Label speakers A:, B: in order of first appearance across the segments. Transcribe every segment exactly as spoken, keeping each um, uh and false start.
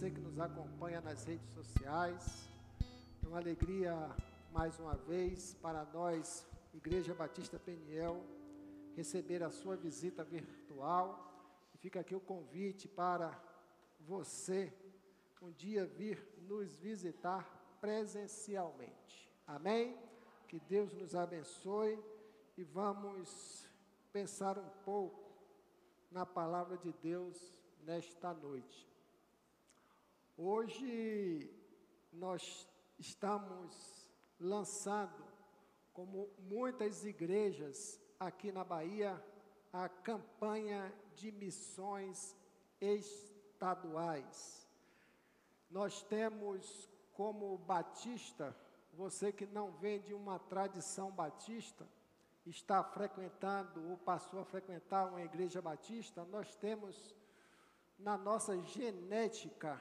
A: você que nos acompanha nas redes sociais. É uma alegria, mais uma vez, para nós, Igreja Batista Peniel, receber a sua visita virtual. E fica aqui o convite para você, um dia, vir nos visitar presencialmente. Amém? Que Deus nos abençoe e vamos pensar um pouco na palavra de Deus nesta noite. Hoje nós estamos lançando, como muitas igrejas aqui na Bahia, a campanha de missões estaduais. Nós temos como batista, você que não vem de uma tradição batista, está frequentando ou passou a frequentar uma igreja batista, nós temos na nossa genética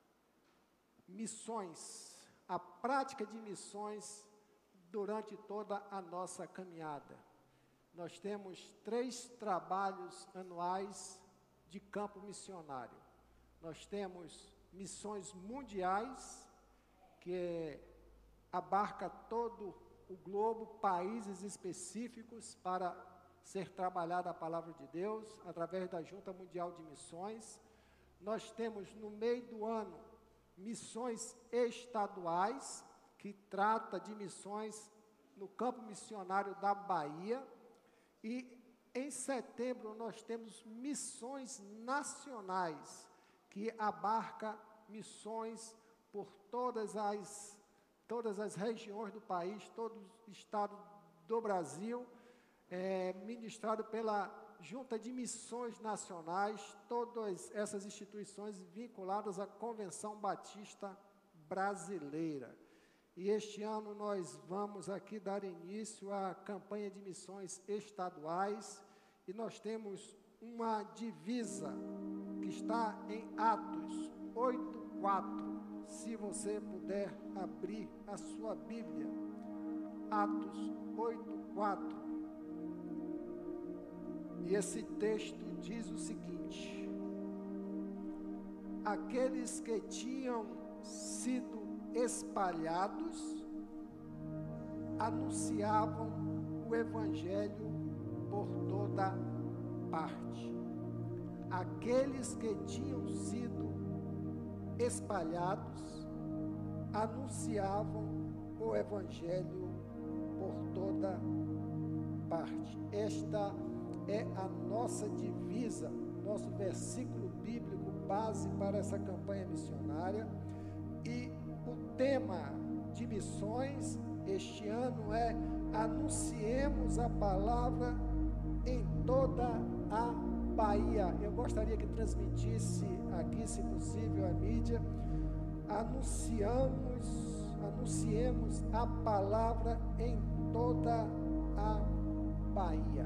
A: missões, a prática de missões durante toda a nossa caminhada. Nós temos três trabalhos anuais de campo missionário. Nós temos missões mundiais, que abarca todo o globo, países específicos para ser trabalhada a palavra de Deus, através da Junta Mundial de Missões. Nós temos no meio do ano missões estaduais, que trata de missões no campo missionário da Bahia, e em setembro nós temos missões nacionais, que abarca missões por todas as, todas as regiões do país, todo o estado do Brasil, é, ministrado pela Junta de Missões Nacionais, todas essas instituições vinculadas à Convenção Batista Brasileira. E este ano nós vamos aqui dar início à campanha de missões estaduais, e nós temos uma divisa que está em Atos oito, quatro. Se você puder abrir a sua Bíblia, Atos oito, quatro. E esse texto diz o seguinte: aqueles que tinham sido espalhados anunciavam o Evangelho por toda parte. Aqueles que tinham sido espalhados anunciavam o Evangelho por toda parte. Esta é a nossa divisa, nosso versículo bíblico base para essa campanha missionária. E o tema de missões este ano é: anunciemos a palavra em toda a Bahia. Eu gostaria que transmitisse aqui, se possível, a mídia. Anunciamos, anunciemos a palavra em toda a Bahia.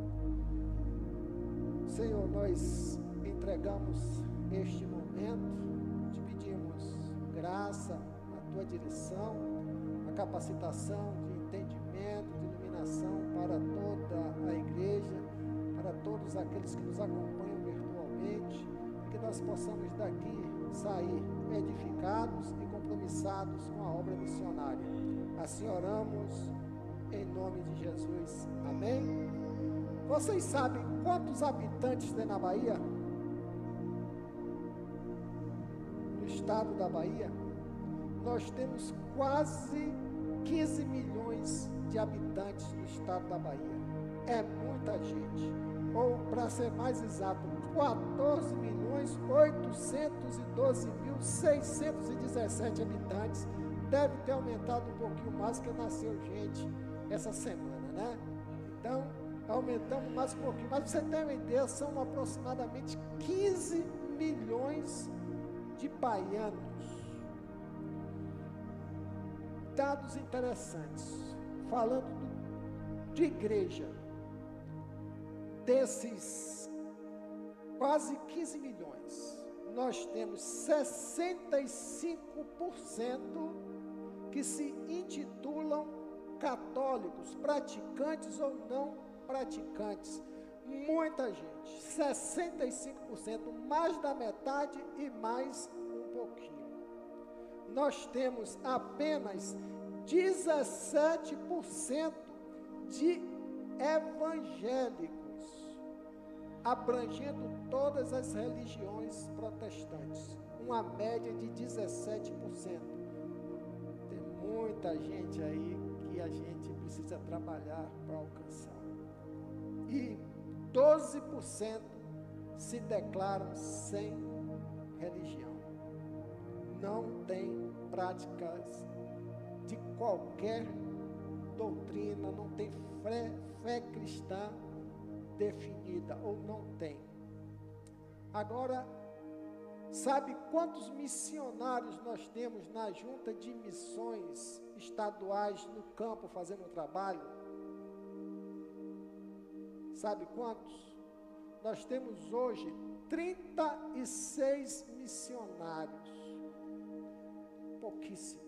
A: Senhor, nós entregamos este momento, te pedimos graça na tua direção, a capacitação de entendimento, de iluminação para toda a igreja, para todos aqueles que nos acompanham virtualmente, e que nós possamos daqui sair edificados e compromissados com a obra missionária. Assim oramos em nome de Jesus. Amém? Vocês sabem quantos habitantes tem na Bahia? No estado da Bahia, nós temos quase quinze milhões de habitantes no estado da Bahia. É muita gente. Ou, para ser mais exato, quatorze milhões oitocentos e doze mil seiscentos e dezessete habitantes. Deve ter aumentado um pouquinho mais, porque nasceu gente essa semana, né? Então, aumentamos mais um pouquinho. Mas, para você ter uma ideia, são aproximadamente quinze milhões de baianos. Dados interessantes, falando do, de igreja. Desses quase quinze milhões, nós temos sessenta e cinco por cento que se intitulam católicos, praticantes ou não praticantes. Muita gente, sessenta e cinco por cento, mais da metade e mais um pouquinho. Nós temos apenas dezessete por cento de evangélicos, abrangendo todas as religiões protestantes. Uma média de dezessete por cento. Tem muita gente aí que a gente precisa trabalhar para alcançar. E doze por cento se declaram sem religião. Não tem práticas de qualquer doutrina, não tem fé, fé cristã definida, ou não tem. Agora, sabe quantos missionários nós temos na junta de missões estaduais no campo fazendo o trabalho? Sabe quantos? Nós temos hoje trinta e seis missionários. Pouquíssimo.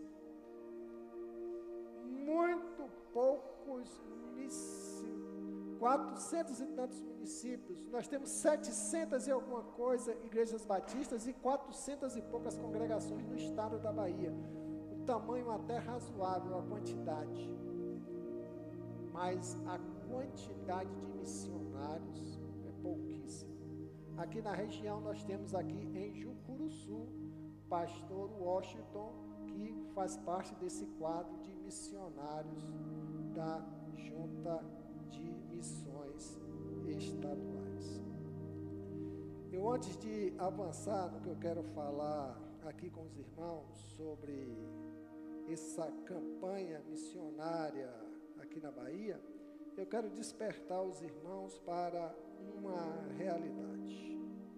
A: Muito poucos municípios. quatrocentos e tantos municípios. Nós temos setecentas e alguma coisa igrejas batistas e quatrocentas e poucas congregações no estado da Bahia. O tamanho até razoável, a quantidade. Mas a quantidade de missionários é pouquíssima. Aqui na região nós temos aqui em Jucuruçu, pastor Washington, que faz parte desse quadro de missionários da Junta de Missões Estaduais. Eu, antes de avançar no que eu quero falar aqui com os irmãos sobre essa campanha missionária aqui na Bahia, eu quero despertar os irmãos para uma realidade.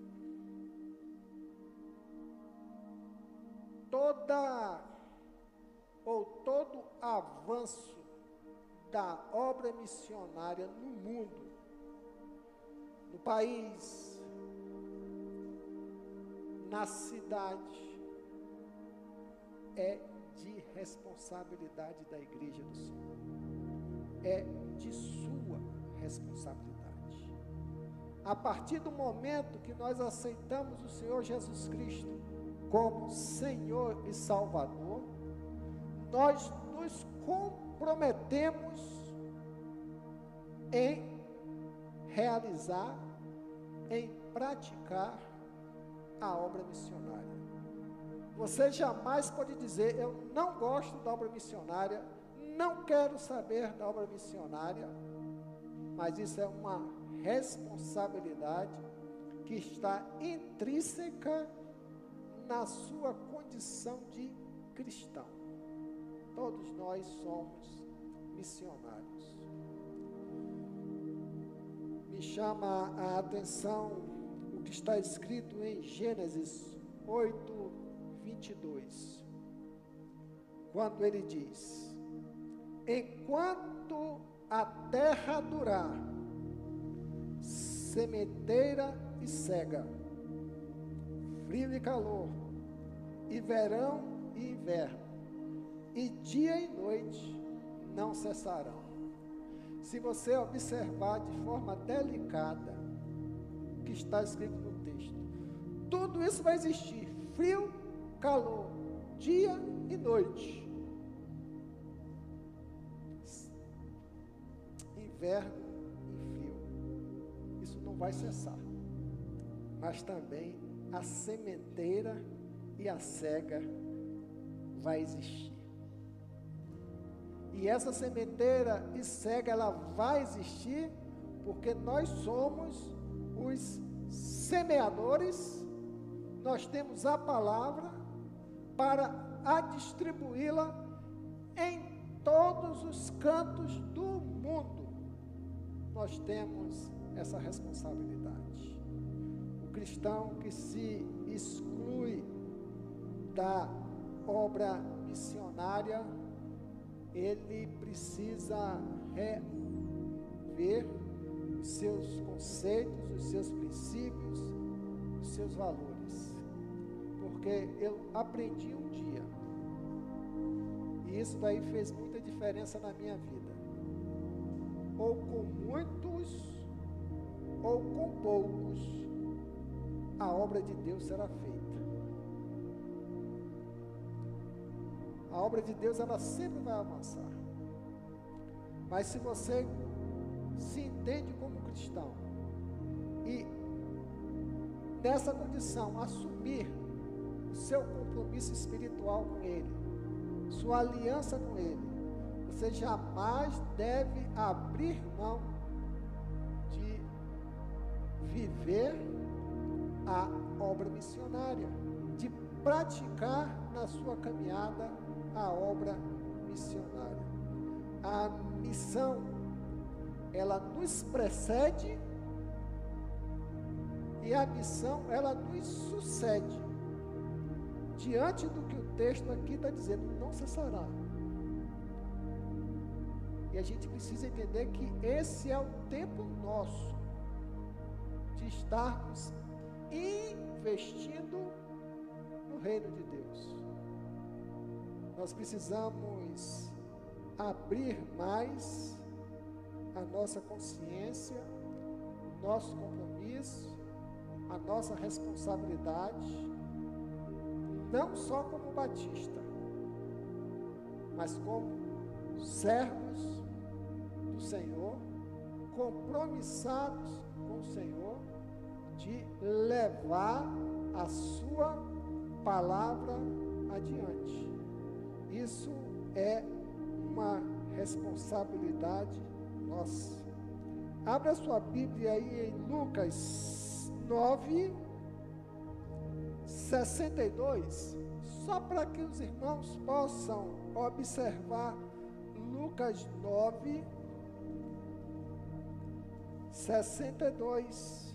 A: Toda ou todo avanço da obra missionária no mundo, no país, na cidade, é de responsabilidade da Igreja do Senhor. É de sua responsabilidade. A partir do momento que nós aceitamos o Senhor Jesus Cristo como Senhor e Salvador, nós nos comprometemos em realizar, em praticar a obra missionária. Você jamais pode dizer: eu não gosto da obra missionária, não quero saber da obra missionária, mas isso é uma responsabilidade que está intrínseca na sua condição de cristão. Todos nós somos missionários. Me chama a atenção o que está escrito em Gênesis oito, vinte e dois, quando ele diz: enquanto a terra durar, sementeira e cega, frio e calor, e verão e inverno, e dia e noite não cessarão. Se você observar de forma delicada o que está escrito no texto, tudo isso vai existir: frio, calor, dia e noite, inverno e frio. Isso não vai cessar. Mas também a sementeira e a cega vai existir. E essa sementeira e cega, ela vai existir porque nós somos os semeadores, nós temos a palavra para a distribuí-la em todos os cantos do mundo. Nós temos essa responsabilidade. O cristão que se exclui da obra missionária, ele precisa rever os seus conceitos, os seus princípios, os seus valores. Porque eu aprendi um dia, e isso daí fez muita diferença na minha vida. Ou com muitos, ou com poucos, a obra de Deus será feita. A obra de Deus, ela sempre vai avançar. Mas se você se entende como cristão e nessa condição assumir o seu compromisso espiritual com Ele, sua aliança com Ele, você jamais deve abrir mão de viver a obra missionária, de praticar na sua caminhada a obra missionária. A missão, ela nos precede e a missão, ela nos sucede. Diante do que o texto aqui está dizendo, não cessará. E a gente precisa entender que esse é o tempo nosso de estarmos investindo no reino de Deus. Nós precisamos abrir mais a nossa consciência, o nosso compromisso, a nossa responsabilidade, não só como batista, mas como servos do Senhor, compromissados com o Senhor, de levar a sua palavra adiante. Isso é uma responsabilidade nossa. Abra sua Bíblia aí em Lucas nove, sessenta e dois, só para que os irmãos possam observar Lucas nove, sessenta e dois,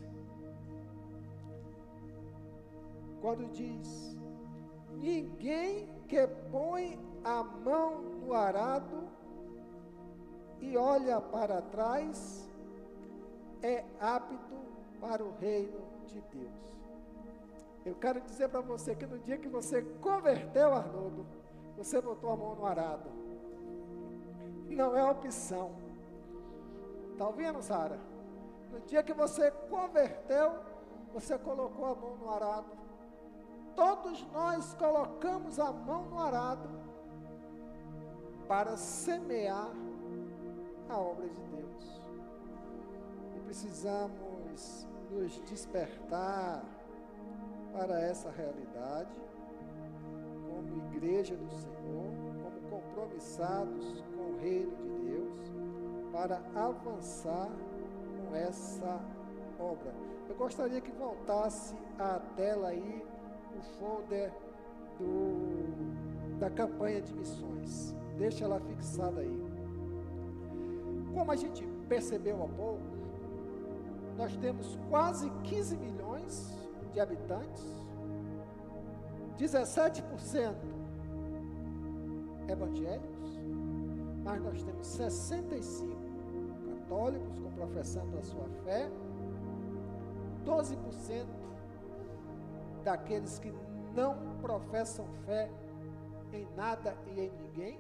A: quando diz: ninguém que põe a mão no arado e olha para trás é apto para o reino de Deus. Eu quero dizer para você que no dia que você converteu, Arnoldo, você botou a mão no arado. Não é opção. Está ouvindo, Sara? No dia que você converteu, você colocou a mão no arado. Todos nós colocamos a mão no arado para semear a obra de Deus. E precisamos nos despertar para essa realidade, como igreja do Senhor, como compromissados com o reino de Deus, para avançar com essa obra. Eu gostaria que voltasse à tela aí o folder do, da campanha de missões. Deixa ela fixada aí. Como a gente percebeu há pouco, nós temos quase quinze milhões de habitantes, dezessete por cento evangélicos, mas nós temos sessenta e cinco católicos com professando a sua fé, doze por cento daqueles que não professam fé em nada e em ninguém,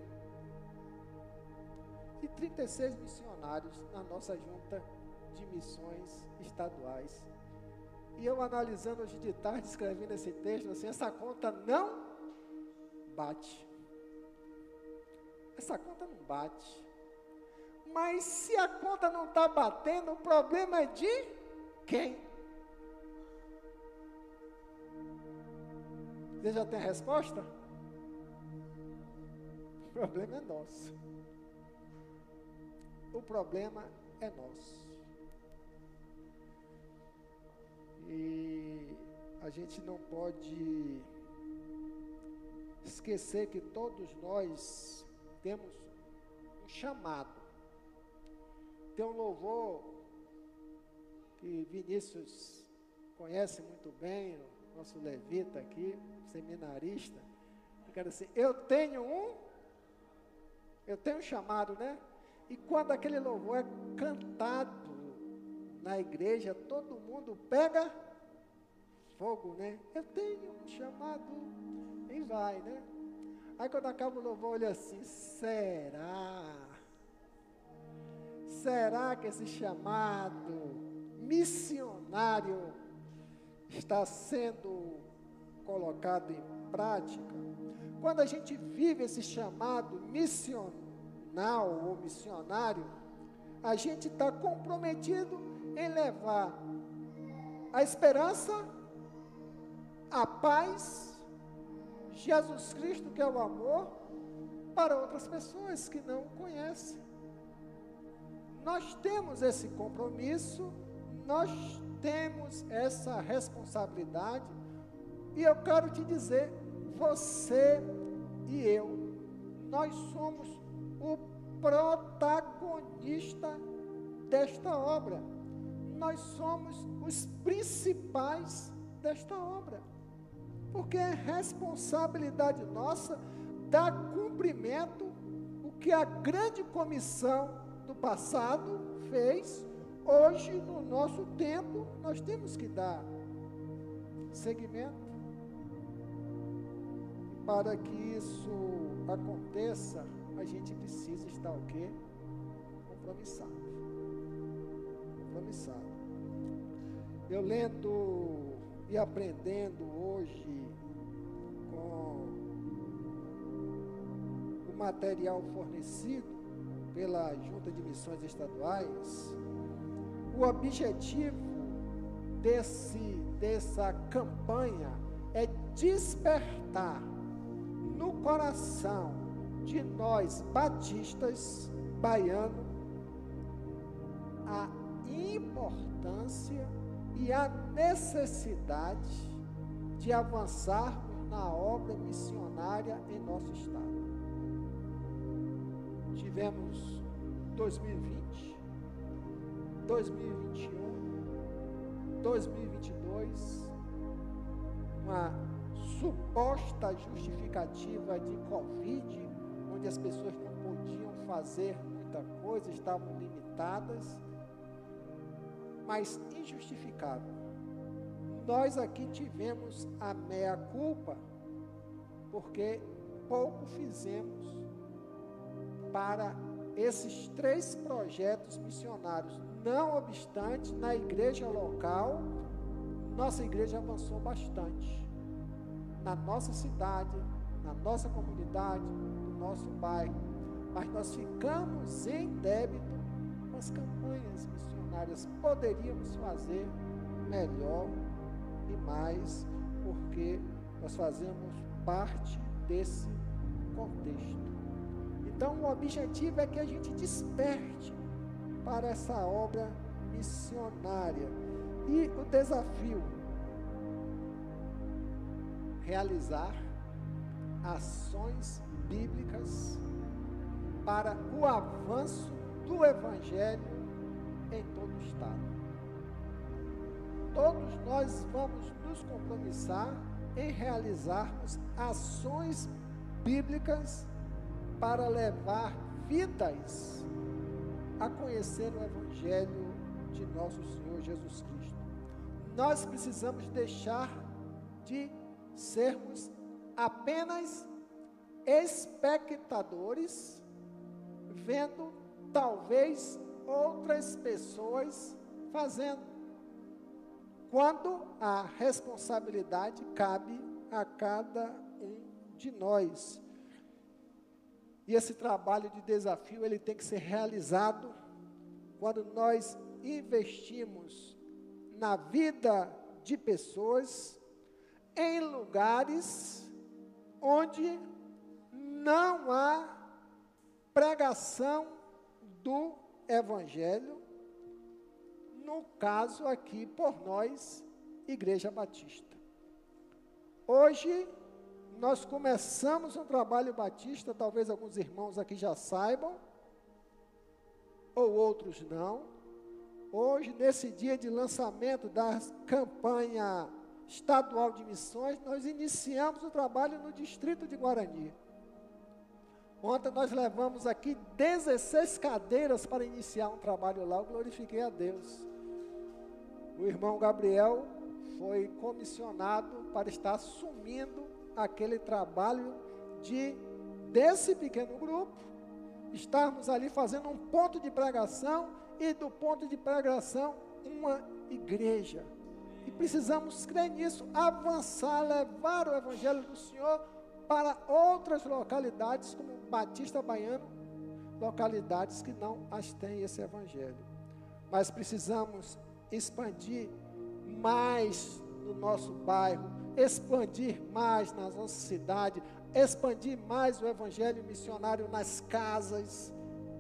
A: e trinta e seis missionários na nossa junta de missões estaduais. E eu analisando hoje de tarde, escrevendo esse texto, assim, essa conta não bate. Essa conta não bate. Mas se a conta não está batendo, o problema é de quem? Você já tem a resposta? O problema é nosso. O problema é nosso. E a gente não pode esquecer que todos nós temos um chamado. Tem um louvor que Vinícius conhece muito bem, o nosso levita aqui, seminarista. Eu quero dizer, eu tenho um, eu tenho um chamado, né? E quando aquele louvor é cantado na igreja, todo mundo pega fogo, né? Eu tenho um chamado, e vai, né? Aí quando acaba o louvor, olha assim, será? Será que esse chamado missionário está sendo colocado em prática? quando a gente vive esse chamado missional ou missionário, a gente está comprometido em levar a esperança, a paz, Jesus Cristo, que é o amor, para outras pessoas que não o conhecem. Nós temos esse compromisso, nós temos essa responsabilidade, e eu quero te dizer, você e eu, nós somos o protagonista desta obra. Nós somos os principais desta obra, porque é responsabilidade nossa dar cumprimento o que a grande comissão do passado fez. Hoje, no nosso tempo, nós temos que dar seguimento. Para que isso aconteça, a gente precisa estar o quê? Compromissado. Compromissado. Eu lendo e aprendendo hoje com o material fornecido pela Junta de Missões Estaduais, o objetivo desse, dessa campanha é despertar no coração de nós batistas baianos a importância e a necessidade de avançarmos na obra missionária em nosso estado. Tivemos dois mil e vinte, dois mil e vinte e um, dois mil e vinte e dois, uma suposta justificativa de Covid, onde as pessoas não podiam fazer muita coisa, estavam limitadas, mas injustificável. Nós aqui tivemos a meia-culpa, porque pouco fizemos para esses três projetos missionários. Não obstante, na igreja local, nossa igreja avançou bastante. Na nossa cidade, na nossa comunidade, no nosso bairro, mas nós ficamos em débito com as campanhas missionárias. Poderíamos fazer melhor e mais, porque nós fazemos parte desse contexto. Então, o objetivo é que a gente desperte para essa obra missionária. E o desafio: realizar ações bíblicas para o avanço do Evangelho em todo o estado. Todos nós vamos nos compromissar em realizarmos ações bíblicas para levar vidas a conhecer o Evangelho de nosso Senhor Jesus Cristo. Nós precisamos deixar de sermos apenas espectadores, vendo talvez outras pessoas fazendo, quando a responsabilidade cabe a cada um de nós. E esse trabalho de desafio, ele tem que ser realizado quando nós investimos na vida de pessoas em lugares onde não há pregação do Evangelho, no caso aqui por nós, Igreja Batista. Hoje, nós começamos um trabalho batista, talvez alguns irmãos aqui já saibam, ou outros não. Hoje, nesse dia de lançamento da campanha estadual de missões, nós iniciamos o trabalho no distrito de Guarani. Ontem nós levamos aqui dezesseis cadeiras para iniciar um trabalho lá, eu glorifiquei a Deus. O irmão Gabriel foi comissionado para estar assumindo aquele trabalho de, desse pequeno grupo, estarmos ali fazendo um ponto de pregação, e do ponto de pregação, uma igreja. E precisamos crer nisso, avançar, levar o Evangelho do Senhor para outras localidades, como Batista Baiano, localidades que não as têm esse evangelho. Mas precisamos expandir mais no nosso bairro, expandir mais na nossa cidade, expandir mais o evangelho missionário nas casas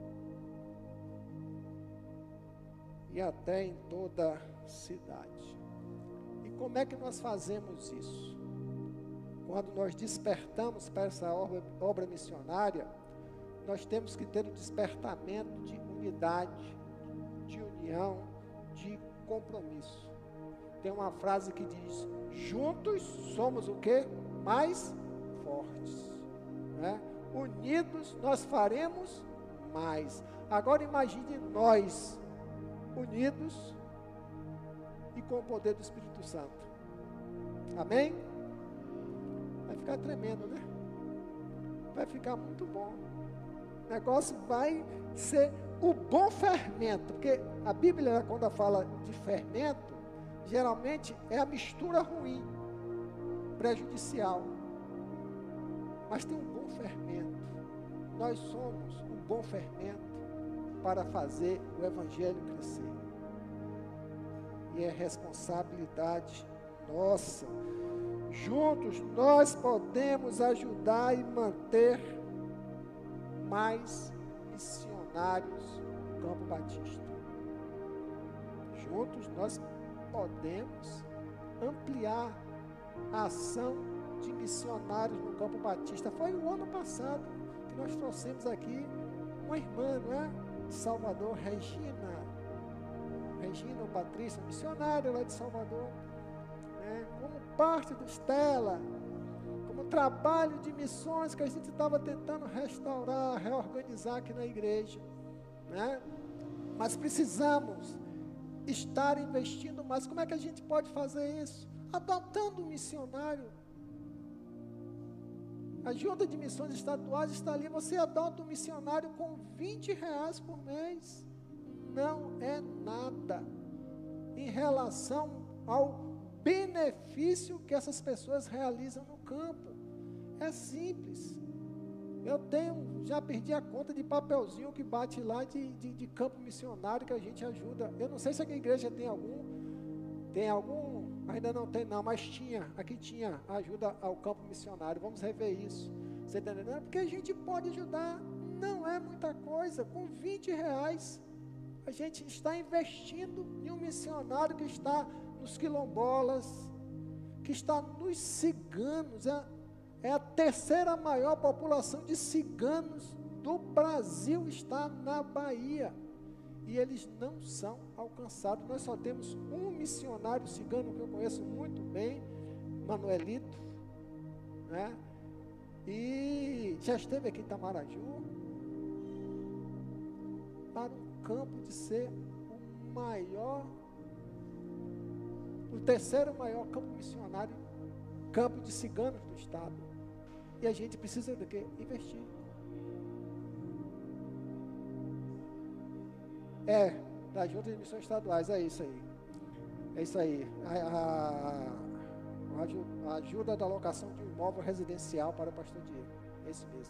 A: e até em toda a cidade. E como é que nós fazemos isso? Quando nós despertamos para essa obra, obra missionária, nós temos que ter um despertamento de unidade, de união, de compromisso. Tem uma frase que diz: juntos somos o quê? Mais fortes, né? Unidos nós faremos mais. Agora imagine nós unidos e com o poder do Espírito Santo. Amém? Vai ficar tremendo, né? Vai ficar muito bom. O negócio vai ser o bom fermento, porque a Bíblia, quando fala de fermento, geralmente é a mistura ruim, prejudicial. Mas tem um bom fermento. Nós somos um bom fermento para fazer o evangelho crescer. E é responsabilidade nossa. Juntos nós podemos ajudar e manter mais missionários no Campo Batista. Juntos nós podemos ampliar a ação de missionários no Campo Batista. Foi o ano passado que nós trouxemos aqui uma irmã, não é? De Salvador, Regina, Regina ou Patrícia, missionária lá de Salvador, né? Como parte do Estela, como trabalho de missões que a gente estava tentando restaurar, reorganizar aqui na igreja, né? Mas precisamos estar investindo mais. Como é que a gente pode fazer isso? Adotando um missionário. A junta de missões estaduais está ali, você adota um missionário com vinte reais por mês. Não é nada em relação ao benefício que essas pessoas realizam no campo. É simples. Eu tenho, já perdi a conta de papelzinho que bate lá de, de, de campo missionário que a gente ajuda. Eu não sei se aqui a igreja tem algum, tem algum, ainda não tem não, mas tinha, aqui tinha ajuda ao campo missionário. Vamos rever isso. Você está entendendo? Porque a gente pode ajudar, não é muita coisa, com vinte reais. A gente está investindo em um missionário que está nos quilombolas, que está nos ciganos. É, é a terceira maior população de ciganos do Brasil, está na Bahia. E eles não são alcançados. Nós só temos um missionário cigano que eu conheço muito bem, Manuelito, né? E já esteve aqui em Itamaraju, para um campo de ser o maior, o terceiro maior campo missionário, campo de ciganos do estado. E a gente precisa de quê? Investir. É, da Junta de Missões Estaduais, é isso aí. É isso aí. A, a, a ajuda da alocação de um imóvel residencial para o pastor Diego. É isso mesmo.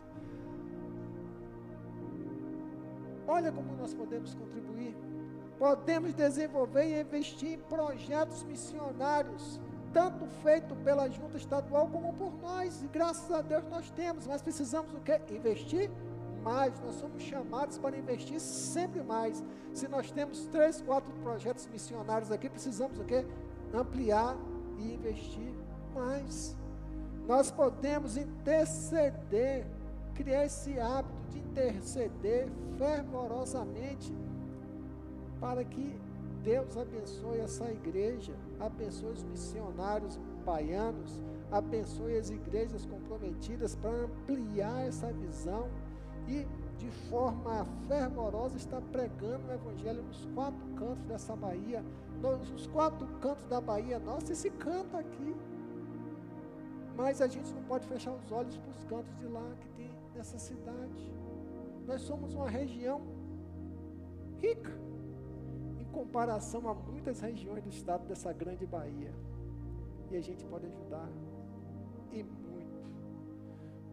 A: Olha como nós podemos contribuir. Podemos desenvolver e investir em projetos missionários, tanto feito pela Junta Estadual como por nós. E graças a Deus nós temos, mas precisamos o quê? Investir mais. Nós somos chamados para investir sempre mais. Se nós temos três, quatro projetos missionários aqui, precisamos o quê? Ampliar e investir mais. Nós podemos interceder, criar esse hábito de interceder fervorosamente para que Deus abençoe essa igreja, abençoe os missionários baianos, abençoe as igrejas comprometidas para ampliar essa visão e de forma fervorosa está pregando o evangelho nos quatro cantos dessa Bahia, nos quatro cantos da Bahia. Nossa, esse canto aqui, mas a gente não pode fechar os olhos para os cantos de lá que tem nessa cidade. Nós somos uma região rica em comparação a muitas regiões do estado dessa grande Bahia, e a gente pode ajudar e muito.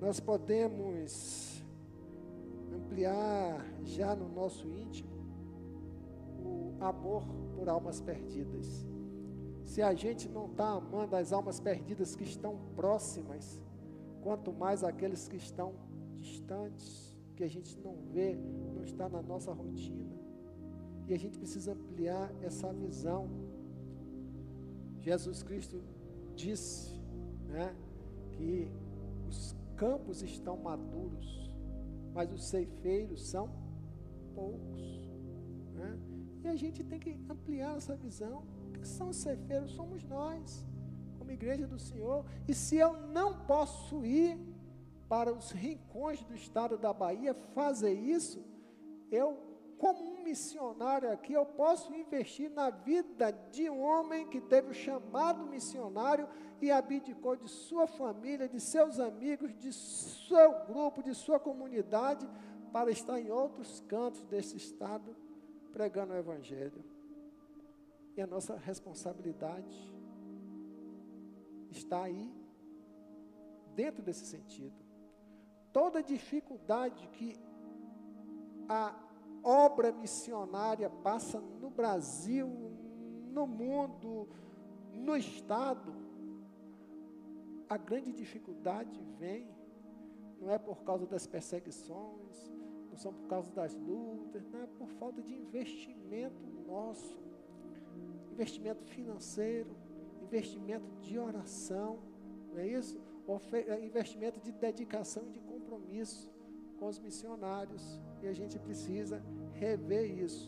A: nós podemos ampliar já no nosso íntimo o amor por almas perdidas. Se a gente não está amando as almas perdidas que estão próximas, quanto mais aqueles que estão distantes, que a gente não vê, não está na nossa rotina. E a gente precisa ampliar essa visão. Jesus Cristo disse, né, que os campos estão maduros, mas os ceifeiros são poucos, né? E a gente tem que ampliar essa visão. Quem são os ceifeiros? Somos nós, como igreja do Senhor. E se eu não posso ir para os rincões do estado da Bahia fazer isso, eu, como um missionário aqui, eu posso investir na vida de um homem que teve o chamado missionário e abdicou de sua família, de seus amigos, de seu grupo, de sua comunidade, para estar em outros cantos desse estado pregando o Evangelho. E a nossa responsabilidade está aí, dentro desse sentido. Toda dificuldade que a obra missionária passa no Brasil, no mundo, no estado, a grande dificuldade vem, não é por causa das perseguições, não são por causa das lutas, não é por falta de investimento nosso, investimento financeiro, investimento de oração, não é isso? Investimento de dedicação e de compromisso com os missionários, e a gente precisa rever isso.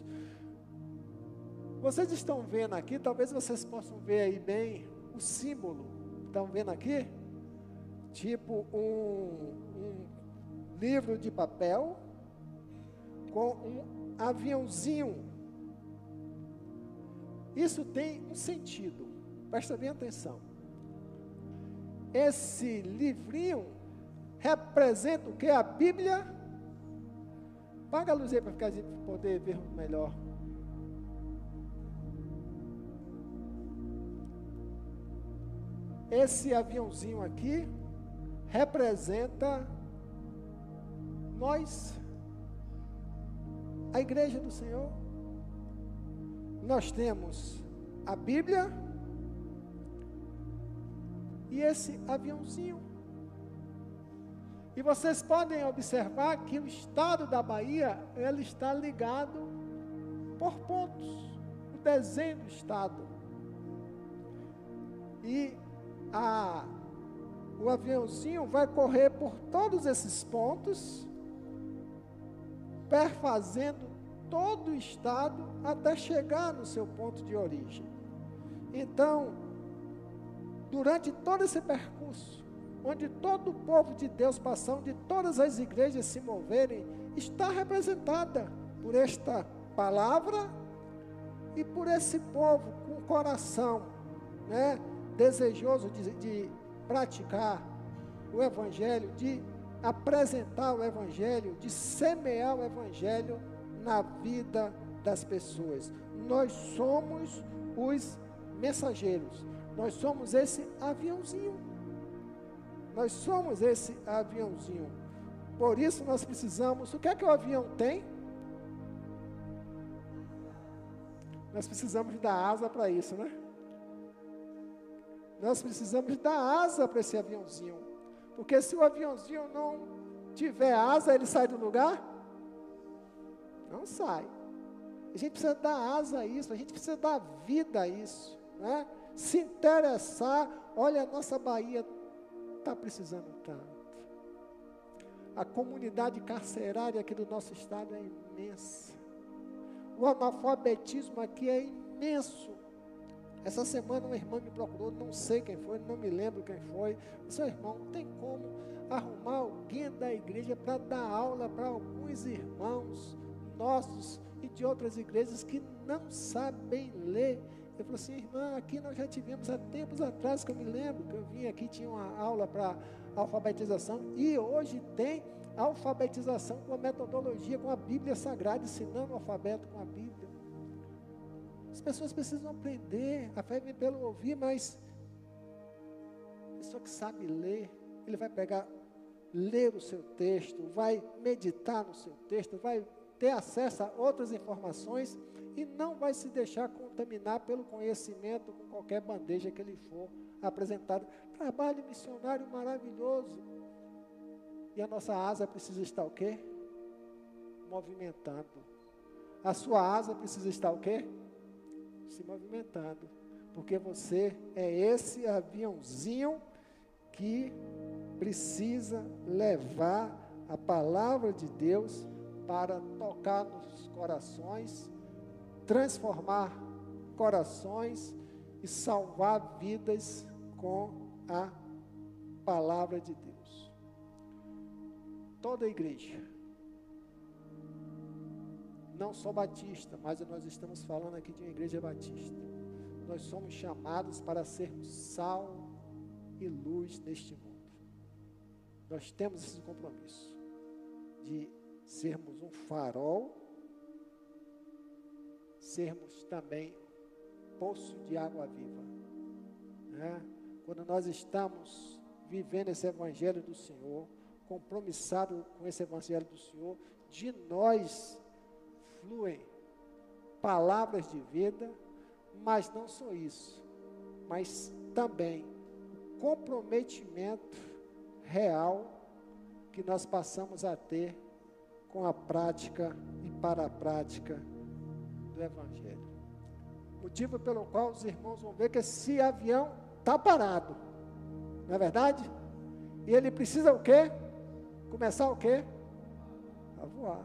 A: Vocês estão vendo aqui, talvez vocês possam ver aí bem o símbolo, estão vendo aqui? Tipo um, um livro de papel com um aviãozinho. Isso tem um sentido, presta bem atenção. Esse livrinho representa o que? A Bíblia. Paga a luz aí para a gente poder ver melhor. Esse aviãozinho aqui representa nós, a igreja do Senhor. Nós temos a Bíblia e esse aviãozinho. E vocês podem observar que o estado da Bahia, ele está ligado por pontos, o desenho do estado. E a, o aviãozinho vai correr por todos esses pontos, perfazendo todo o estado até chegar no seu ponto de origem. Então, durante todo esse percurso, onde todo o povo de Deus passar, onde todas as igrejas se moverem, está representada por esta palavra e por esse povo com o coração, né, desejoso de, de praticar o Evangelho, de apresentar o Evangelho, de semear o Evangelho na vida das pessoas. Nós somos os mensageiros, nós somos esse aviãozinho. Nós somos esse aviãozinho. Por isso nós precisamos, o que é que o avião tem? Nós precisamos dar asa para isso, né? Nós precisamos dar asa para esse aviãozinho. Porque se o aviãozinho não tiver asa, ele sai do lugar? Não sai. A gente precisa dar asa a isso, a gente precisa dar vida a isso, né? Se interessar, olha, a nossa Bahia está precisando tanto. A comunidade carcerária aqui do nosso estado é imensa. O analfabetismo aqui é imenso. Essa semana uma irmã me procurou, não sei quem foi, não me lembro quem foi. Seu irmão, não tem como arrumar alguém da igreja para dar aula para alguns irmãos nossos e de outras igrejas que não sabem ler. Eu falei assim, irmã, aqui nós já tivemos há tempos atrás, que eu me lembro, que eu vim aqui, tinha uma aula para alfabetização, e hoje tem alfabetização com a metodologia, com a Bíblia Sagrada, ensinando o alfabeto com a Bíblia. As pessoas precisam aprender, a fé vem pelo ouvir, mas a pessoa que sabe ler, ele vai pegar ler o seu texto, vai meditar no seu texto, vai ter acesso a outras informações e não vai se deixar contaminar pelo conhecimento com qualquer bandeja que lhe for apresentado. Trabalho missionário maravilhoso. E a nossa asa precisa estar o quê? Movimentando. A sua asa precisa estar o quê? Se movimentando. Porque você é esse aviãozinho que precisa levar a palavra de Deus para tocar nos corações, transformar corações e salvar vidas com a palavra de Deus. Toda a igreja, não só batista, mas nós estamos falando aqui de uma igreja batista. Nós somos chamados para sermos sal e luz neste mundo. Nós temos esse compromisso de sermos um farol, sermos também poço de água viva, né? Quando nós estamos vivendo esse evangelho do Senhor, compromissado com esse evangelho do Senhor, de nós fluem palavras de vida, mas não só isso, mas também o comprometimento real que nós passamos a ter com a prática e para a prática do evangelho. Motivo pelo qual os irmãos vão ver que esse avião está parado, não é verdade? E ele precisa o quê? Começar o quê? A voar.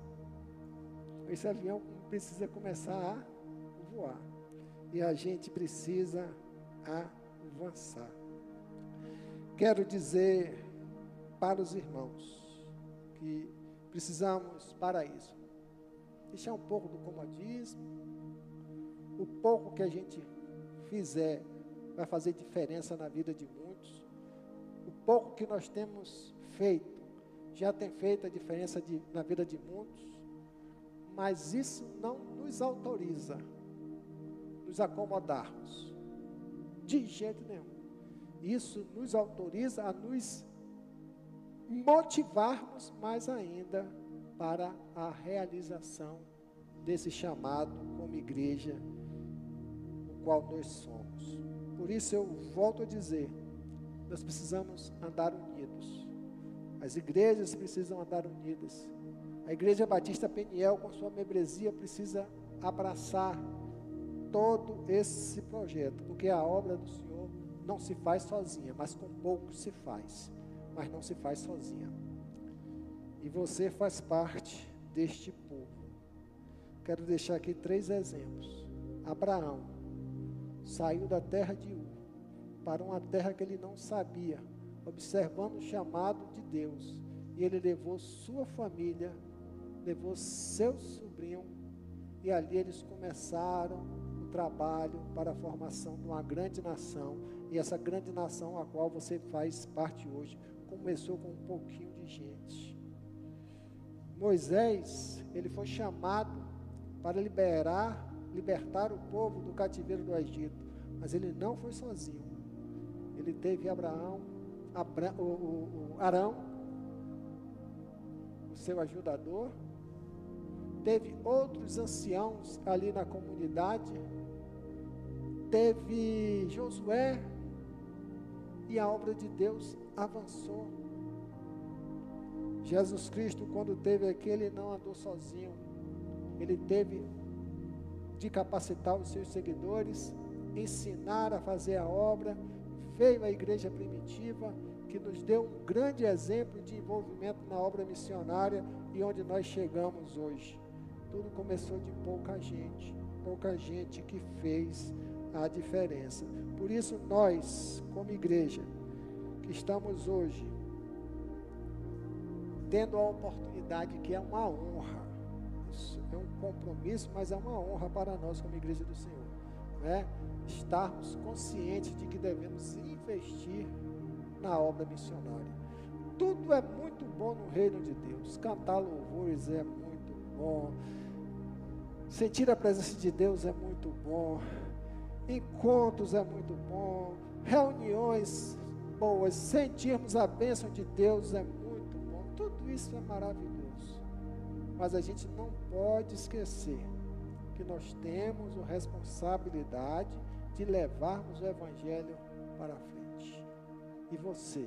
A: Esse avião precisa começar a voar. E a gente precisa avançar. Quero dizer para os irmãos que precisamos, para isso, deixar um pouco do comodismo. O pouco que a gente fizer vai fazer diferença na vida de muitos. O pouco que nós temos feito já tem feito a diferença de, na vida de muitos. Mas isso não nos autoriza nos acomodarmos, de jeito nenhum. Isso nos autoriza a nos motivarmos mais ainda para a realização desse chamado como igreja, o qual nós somos. Por isso eu volto a dizer, nós precisamos andar unidos. As igrejas precisam andar unidas. A Igreja Batista Peniel, com sua membresia, precisa abraçar todo esse projeto, porque a obra do Senhor não se faz sozinha, mas com pouco se faz, mas não se faz sozinha. E você faz parte deste povo. Quero deixar aqui três exemplos. Abraão saiu da terra de Ur para uma terra que ele não sabia, observando o chamado de Deus, e ele levou sua família, levou seu sobrinho, e ali eles começaram o trabalho para a formação de uma grande nação, e essa grande nação a qual você faz parte hoje, começou com um pouquinho de gente. Moisés, ele foi chamado para liberar, libertar o povo do cativeiro do Egito, mas ele não foi sozinho. Ele teve Abraão, Abra, o, o, o Arão, o seu ajudador, teve outros anciãos ali na comunidade, teve Josué, e a obra de Deus avançou. Jesus Cristo, quando teve aqui, ele não andou sozinho, ele teve de capacitar os seus seguidores, ensinar a fazer a obra. Veio a igreja primitiva, que nos deu um grande exemplo de envolvimento na obra missionária, e onde nós chegamos hoje. Tudo começou de pouca gente, pouca gente que fez a diferença. Por isso nós, como igreja, que estamos hoje tendo a oportunidade, que é uma honra, isso é um compromisso, mas é uma honra para nós como igreja do Senhor, não é? Estarmos conscientes de que devemos investir na obra missionária. Tudo é muito bom no reino de Deus. Cantar louvores é muito bom, sentir a presença de Deus é muito bom, encontros é muito bom, reuniões boas, sentirmos a bênção de Deus é muito bom, tudo isso é maravilhoso, mas a gente não pode esquecer que nós temos a responsabilidade de levarmos o Evangelho para frente, e você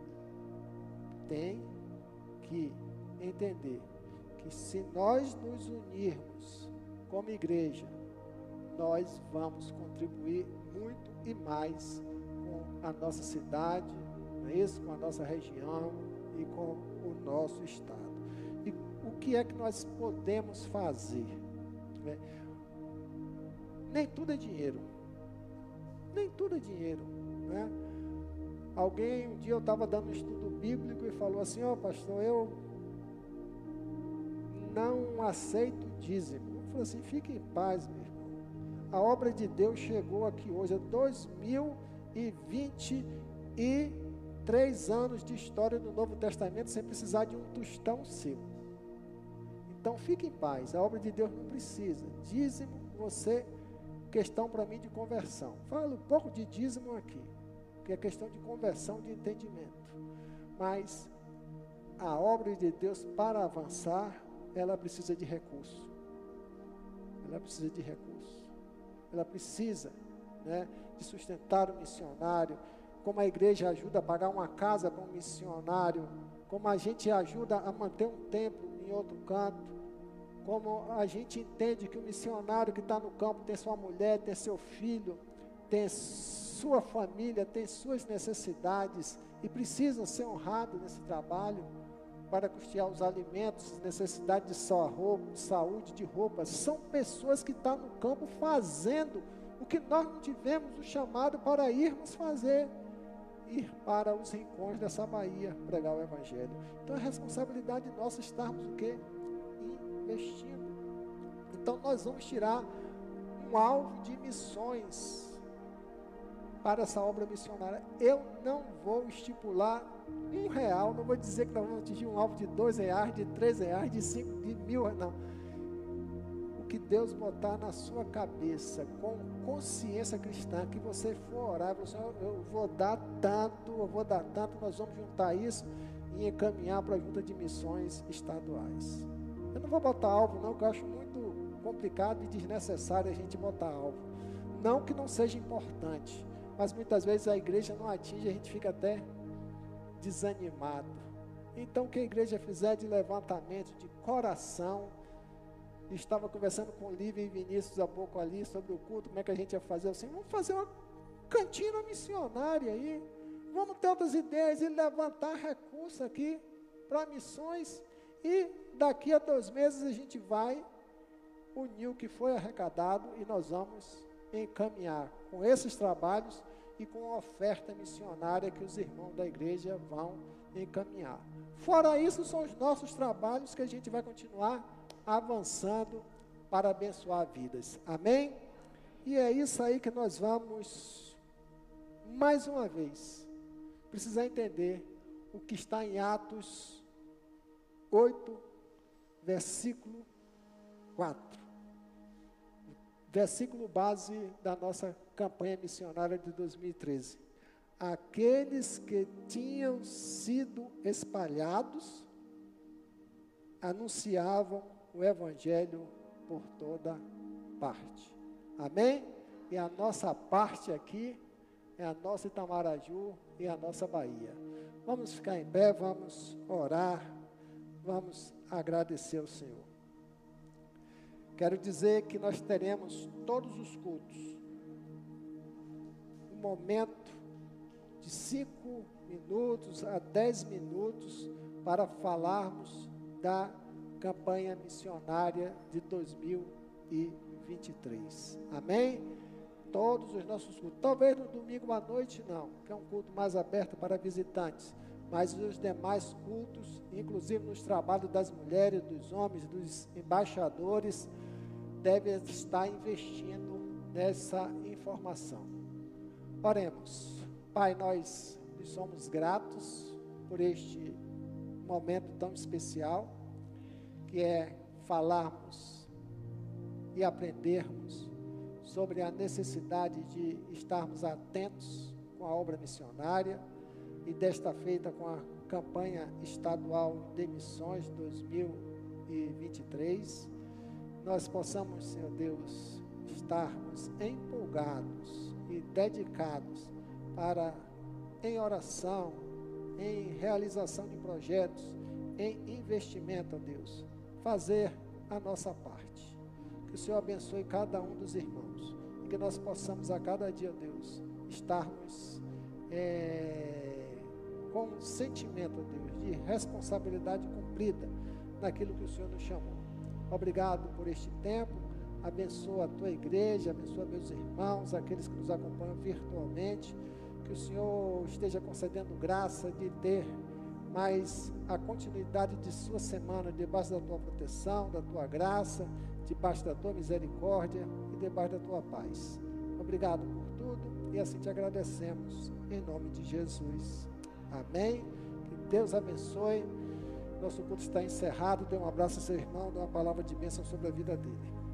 A: tem que entender que se nós nos unirmos como igreja, nós vamos contribuir muito e mais com a nossa cidade, não é isso? Com a nossa região e com o nosso estado. E o que é que nós podemos fazer? Né? Nem tudo é dinheiro. Nem tudo é dinheiro. Né? Alguém, um dia eu estava dando um estudo bíblico e falou assim: ó, oh, pastor, eu não aceito dízimo. Eu falei assim: fique em paz, meu irmão. A obra de Deus chegou aqui hoje, é dois mil e vinte e três anos de história do Novo Testamento sem precisar de um tostão seu. Então fique em paz, a obra de Deus não precisa. Dízimo, você, questão para mim de conversão. Falo um pouco de dízimo aqui, que é questão de conversão, de entendimento. Mas a obra de Deus, para avançar, ela precisa de recurso. Ela precisa de recurso. Ela precisa, né, de sustentar o missionário, como a igreja ajuda a pagar uma casa para um missionário, como a gente ajuda a manter um templo em outro canto, como a gente entende que o missionário que está no campo tem sua mulher, tem seu filho, tem sua família, tem suas necessidades e precisa ser honrado nesse trabalho para custear os alimentos, necessidade de sua roupa, de saúde, de roupa. São pessoas que estão no campo fazendo o que nós não tivemos o chamado para irmos fazer, ir para os rincões dessa Bahia, pregar o Evangelho. Então é responsabilidade nossa estarmos o quê? Investindo. Então nós vamos tirar um alvo de missões para essa obra missionária. Eu não vou estipular um real, não vou dizer que nós vamos atingir um alvo de dois reais, de três reais, de cinco, de mil, não. O que Deus botar na sua cabeça, com consciência cristã, que você for orar, você, eu vou dar tanto, eu vou dar tanto, nós vamos juntar isso e encaminhar para a junta de missões estaduais. Eu não vou botar alvo não, que eu acho muito complicado e desnecessário a gente botar alvo. Não que não seja importante, mas muitas vezes a igreja não atinge, a gente fica até desanimado. Então, o que a igreja fizer de levantamento, de coração, estava conversando com Lívia e Vinícius há pouco ali sobre o culto, como é que a gente ia fazer assim, vamos fazer uma cantina missionária aí, vamos ter outras ideias e levantar recursos aqui para missões, e daqui a dois meses a gente vai unir o que foi arrecadado e nós vamos encaminhar com esses trabalhos e com a oferta missionária que os irmãos da igreja vão encaminhar. Fora isso, são os nossos trabalhos que a gente vai continuar avançando para abençoar vidas. Amém? E é isso aí que nós vamos, mais uma vez, precisar entender o que está em Atos oito, versículo quatro. Versículo base da nossa campanha missionária de dois mil e treze. Aqueles que tinham sido espalhados anunciavam o Evangelho por toda parte. Amém? E a nossa parte aqui é a nossa Itamaraju e a nossa Bahia. Vamos ficar em pé, vamos orar, vamos agradecer ao Senhor. Quero dizer que nós teremos todos os cultos um momento de cinco minutos a dez minutos para falarmos da campanha missionária de dois mil e vinte e três. Amém? Todos os nossos cultos. Talvez no domingo à noite não, que é um culto mais aberto para visitantes. Mas os demais cultos, inclusive nos trabalhos das mulheres, dos homens, dos embaixadores, deve estar investindo nessa informação. Oremos. Pai, nós lhe somos gratos por este momento tão especial, que é falarmos e aprendermos sobre a necessidade de estarmos atentos com a obra missionária, e desta feita com a campanha estadual de missões dois mil e vinte e três, nós possamos, Senhor Deus, estarmos empolgados e dedicados para, em oração, em realização de projetos, em investimento, ó Deus, fazer a nossa parte. Que o Senhor abençoe cada um dos irmãos e que nós possamos a cada dia, ó Deus, estarmos é, com um sentimento, ó Deus, de responsabilidade cumprida naquilo que o Senhor nos chamou. Obrigado por este tempo. Abençoa a tua igreja, abençoa meus irmãos, aqueles que nos acompanham virtualmente. Que o Senhor esteja concedendo graça de ter mais a continuidade de sua semana debaixo da tua proteção, da tua graça, debaixo da tua misericórdia e debaixo da tua paz. Obrigado por tudo e assim te agradecemos em nome de Jesus. Amém. Que Deus abençoe. Nosso culto está encerrado. Dê um abraço ao seu irmão, dê uma palavra de bênção sobre a vida dele.